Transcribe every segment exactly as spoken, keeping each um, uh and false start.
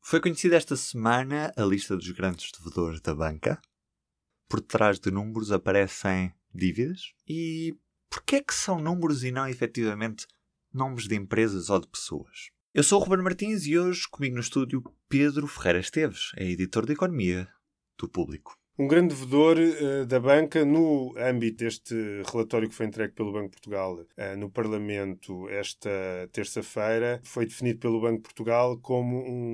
Foi conhecida esta semana a lista dos grandes devedores da banca. Por trás de números aparecem dívidas. E porquê é que são números e não, efetivamente, nomes de empresas ou de pessoas? Eu sou o Ruben Martins e hoje, comigo no estúdio, Pedro Ferreira Esteves, é editor de Economia do Público. Um grande devedor uh, da banca, no âmbito deste relatório que foi entregue pelo Banco de Portugal uh, no Parlamento esta terça-feira, foi definido pelo Banco de Portugal como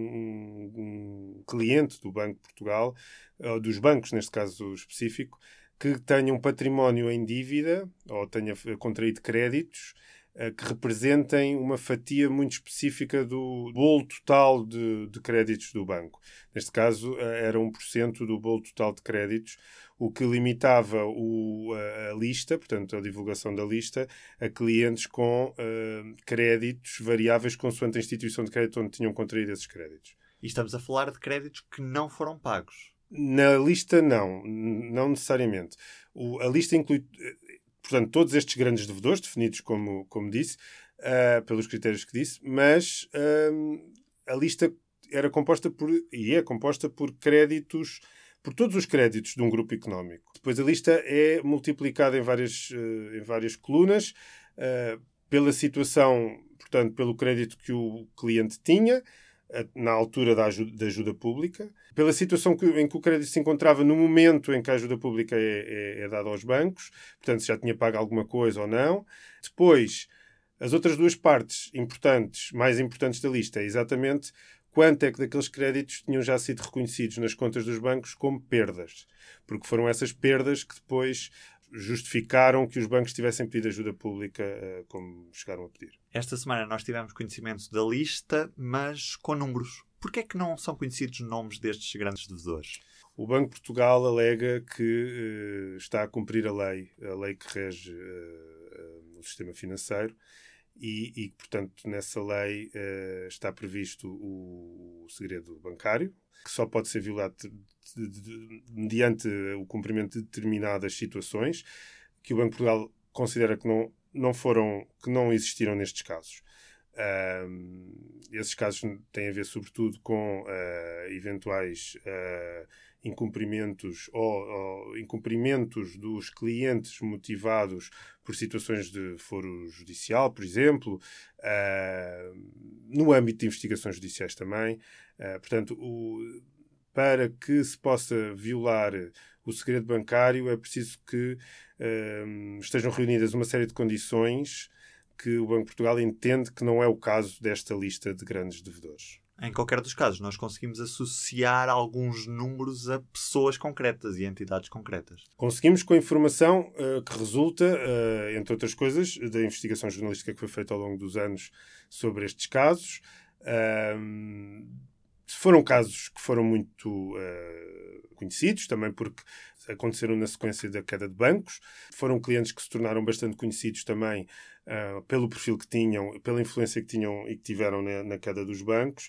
um, um, um cliente do Banco de Portugal, uh, dos bancos, neste caso específico, que tenha um património em dívida ou tenha contraído créditos que representem uma fatia muito específica do bolo total de, de créditos do banco. Neste caso, era um por cento do bolo total de créditos, o que limitava o, a, a lista, portanto, a divulgação da lista, a clientes com uh, créditos variáveis consoante a instituição de crédito onde tinham contraído esses créditos. E estamos a falar de créditos que não foram pagos. Na lista, não. Não necessariamente. O, a lista inclui... Portanto, todos estes grandes devedores, definidos, como, como disse, uh, pelos critérios que disse, mas uh, a lista era composta por, e é composta por créditos, por todos os créditos de um grupo económico. Depois a lista é multiplicada em várias, uh, em várias colunas, uh, pela situação, portanto, pelo crédito que o cliente tinha, na altura da ajuda, da ajuda pública, pela situação que, em que o crédito se encontrava no momento em que a ajuda pública é, é, é dada aos bancos, portanto, se já tinha pago alguma coisa ou não. Depois, as outras duas partes importantes, mais importantes da lista, é exatamente quanto é que daqueles créditos tinham já sido reconhecidos nas contas dos bancos como perdas, porque foram essas perdas que depois justificaram que os bancos tivessem pedido ajuda pública, como chegaram a pedir. Esta semana nós tivemos conhecimento da lista, mas com números. Porquê é que não são conhecidos nomes destes grandes devedores? O Banco de Portugal alega que uh, está a cumprir a lei, a lei que rege uh, uh, o sistema financeiro e, e portanto, nessa lei uh, está previsto o, o segredo bancário, que só pode ser violado de, de, de, mediante o cumprimento de determinadas situações, que o Banco de Portugal considera que não, não foram, que não existiram nestes casos. Um, esses casos têm a ver, sobretudo, com uh, eventuais uh, incumprimentos ou, ou incumprimentos dos clientes motivados por situações de foro judicial, por exemplo, uh, no âmbito de investigações judiciais também. Uh, portanto, o, para que se possa violar o segredo bancário é preciso que uh, estejam reunidas uma série de condições que o Banco de Portugal entende que não é o caso desta lista de grandes devedores. Em qualquer dos casos, nós conseguimos associar alguns números a pessoas concretas e entidades concretas. Conseguimos com a informação uh, que resulta, uh, entre outras coisas, da investigação jornalística que foi feita ao longo dos anos sobre estes casos. Uh, foram casos que foram muito uh, conhecidos, também porque aconteceram na sequência da queda de bancos. Foram clientes que se tornaram bastante conhecidos também Uh, pelo perfil que tinham, pela influência que tinham e que tiveram na, na queda dos bancos.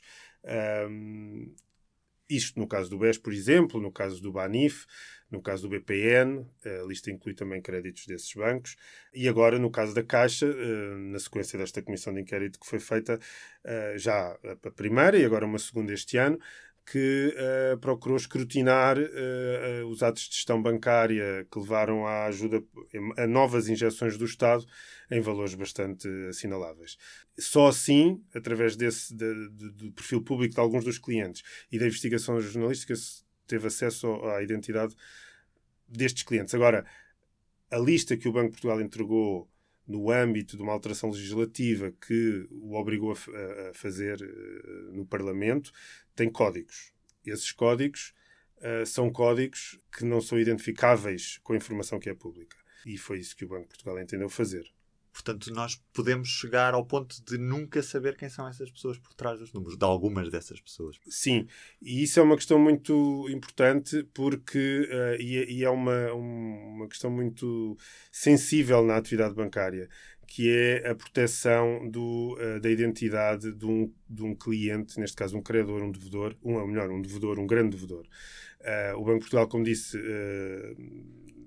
Um, isto no caso do B E S, por exemplo, no caso do Banif, no caso do B P N, a lista inclui também créditos desses bancos, e agora no caso da Caixa, uh, na sequência desta comissão de inquérito que foi feita, uh, já a primeira e agora uma segunda este ano, que uh, procurou escrutinar uh, uh, os atos de gestão bancária que levaram à ajuda, a novas injeções do Estado em valores bastante assinaláveis. Só assim, através desse de, de, do perfil público de alguns dos clientes e da investigação jornalística, se teve acesso à identidade destes clientes. Agora, a lista que o Banco de Portugal entregou no âmbito de uma alteração legislativa que o obrigou a, a fazer uh, no Parlamento, tem códigos. Esses códigos uh, são códigos que não são identificáveis com a informação que é pública. E foi isso que o Banco de Portugal entendeu fazer. Portanto, nós podemos chegar ao ponto de nunca saber quem são essas pessoas por trás dos números, de algumas dessas pessoas. Sim, e isso é uma questão muito importante porque uh, e, e é uma, uma questão muito sensível na atividade bancária, que é a proteção do, uh, da identidade de um, de um cliente, neste caso um credor, um devedor, um, ou melhor, um devedor, um grande devedor. Uh, o Banco de Portugal, como disse, uh,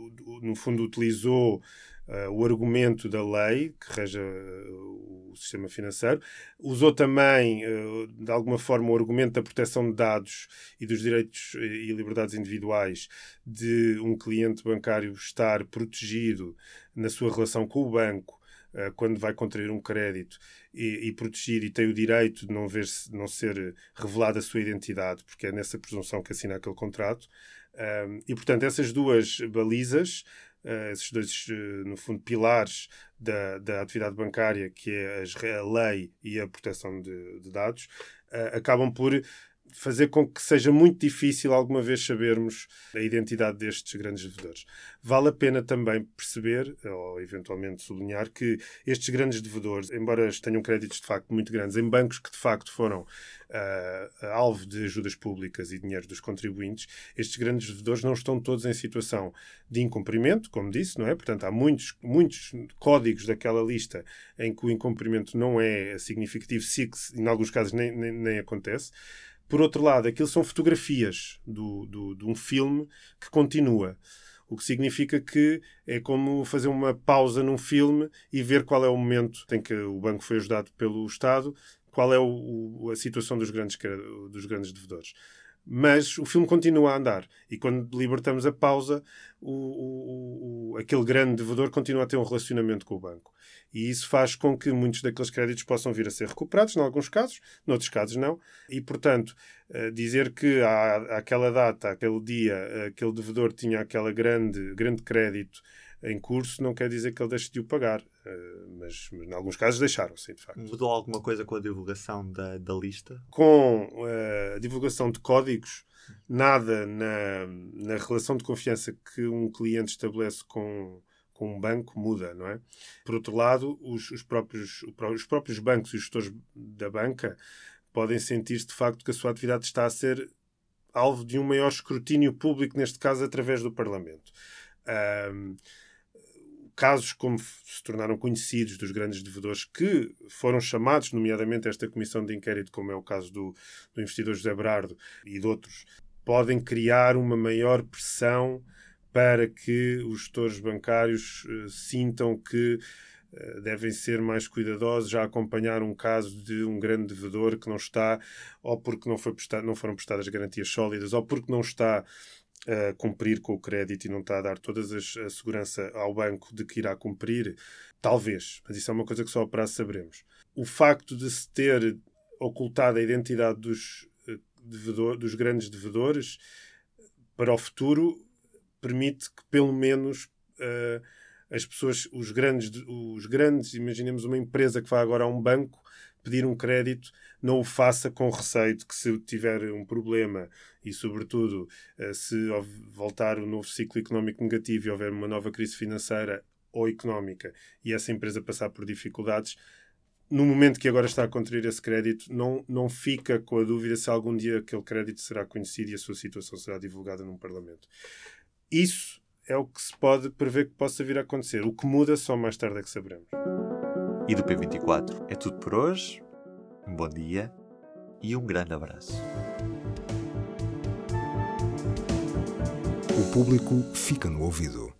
no fundo, utilizou uh, o argumento da lei que rege uh, o sistema financeiro. Usou também, uh, de alguma forma, o argumento da proteção de dados e dos direitos e liberdades individuais de um cliente bancário estar protegido na sua relação com o banco quando vai contrair um crédito e, e protegido e tem o direito de não, ver, não ser revelada a sua identidade, porque é nessa presunção que assina aquele contrato. Um, e, portanto, essas duas balizas, uh, esses dois, uh, no fundo, pilares da, da atividade bancária, que é as, a lei e a proteção de, de dados, uh, acabam por fazer com que seja muito difícil alguma vez sabermos a identidade destes grandes devedores. Vale a pena também perceber, ou eventualmente sublinhar, que estes grandes devedores, embora tenham créditos de facto muito grandes, em bancos que de facto foram uh, alvo de ajudas públicas e dinheiro dos contribuintes, estes grandes devedores não estão todos em situação de incumprimento, como disse, não é? Portanto, há muitos, muitos códigos daquela lista em que o incumprimento não é significativo, se em alguns casos nem, nem, nem acontece. Por outro lado, aquilo são fotografias do, do, de um filme que continua. O que significa que é como fazer uma pausa num filme e ver qual é o momento em que o banco foi ajudado pelo Estado, qual é o, o, a situação dos grandes, dos grandes devedores. Mas o filme continua a andar. E quando libertamos a pausa, o, o, o, aquele grande devedor continua a ter um relacionamento com o banco. E isso faz com que muitos daqueles créditos possam vir a ser recuperados, em alguns casos, noutros casos não. E, portanto, dizer que à, àquela data, àquele dia, aquele devedor tinha aquele grande, grande crédito em curso, não quer dizer que ele deixe de o pagar. Mas, mas em alguns casos deixaram, sim, de facto. Mudou alguma coisa com a divulgação da, da lista? Com uh, a divulgação de códigos, nada na, na relação de confiança que um cliente estabelece com, com um banco muda, não é? Por outro lado, os, os, próprios, os próprios bancos e os gestores da banca podem sentir-se, de facto, que a sua atividade está a ser alvo de um maior escrutínio público, neste caso, através do Parlamento. Um, Casos como se tornaram conhecidos dos grandes devedores que foram chamados, nomeadamente esta comissão de inquérito, como é o caso do, do investidor José Berardo e de outros, podem criar uma maior pressão para que os gestores bancários uh, sintam que uh, devem ser mais cuidadosos a acompanhar um caso de um grande devedor que não está, ou porque não, foi prestado, não foram prestadas garantias sólidas, ou porque não está a cumprir com o crédito e não está a dar toda a segurança ao banco de que irá cumprir, talvez, mas isso é uma coisa que só a prazo saberemos. O facto de se ter ocultado a identidade dos, devedor, dos grandes devedores para o futuro permite que pelo menos uh, as pessoas, os grandes, os grandes, imaginemos uma empresa que vai agora a um banco pedir um crédito, não o faça com receio de que, se tiver um problema e, sobretudo, se voltar o novo ciclo económico negativo e houver uma nova crise financeira ou económica e essa empresa passar por dificuldades, no momento que agora está a contrair esse crédito, não, não fica com a dúvida se algum dia aquele crédito será conhecido e a sua situação será divulgada num Parlamento. Isso é o que se pode prever que possa vir a acontecer. O que muda só mais tarde é que saberemos. E do P vinte e quatro é tudo por hoje. Um bom dia e um grande abraço. O público fica no ouvido.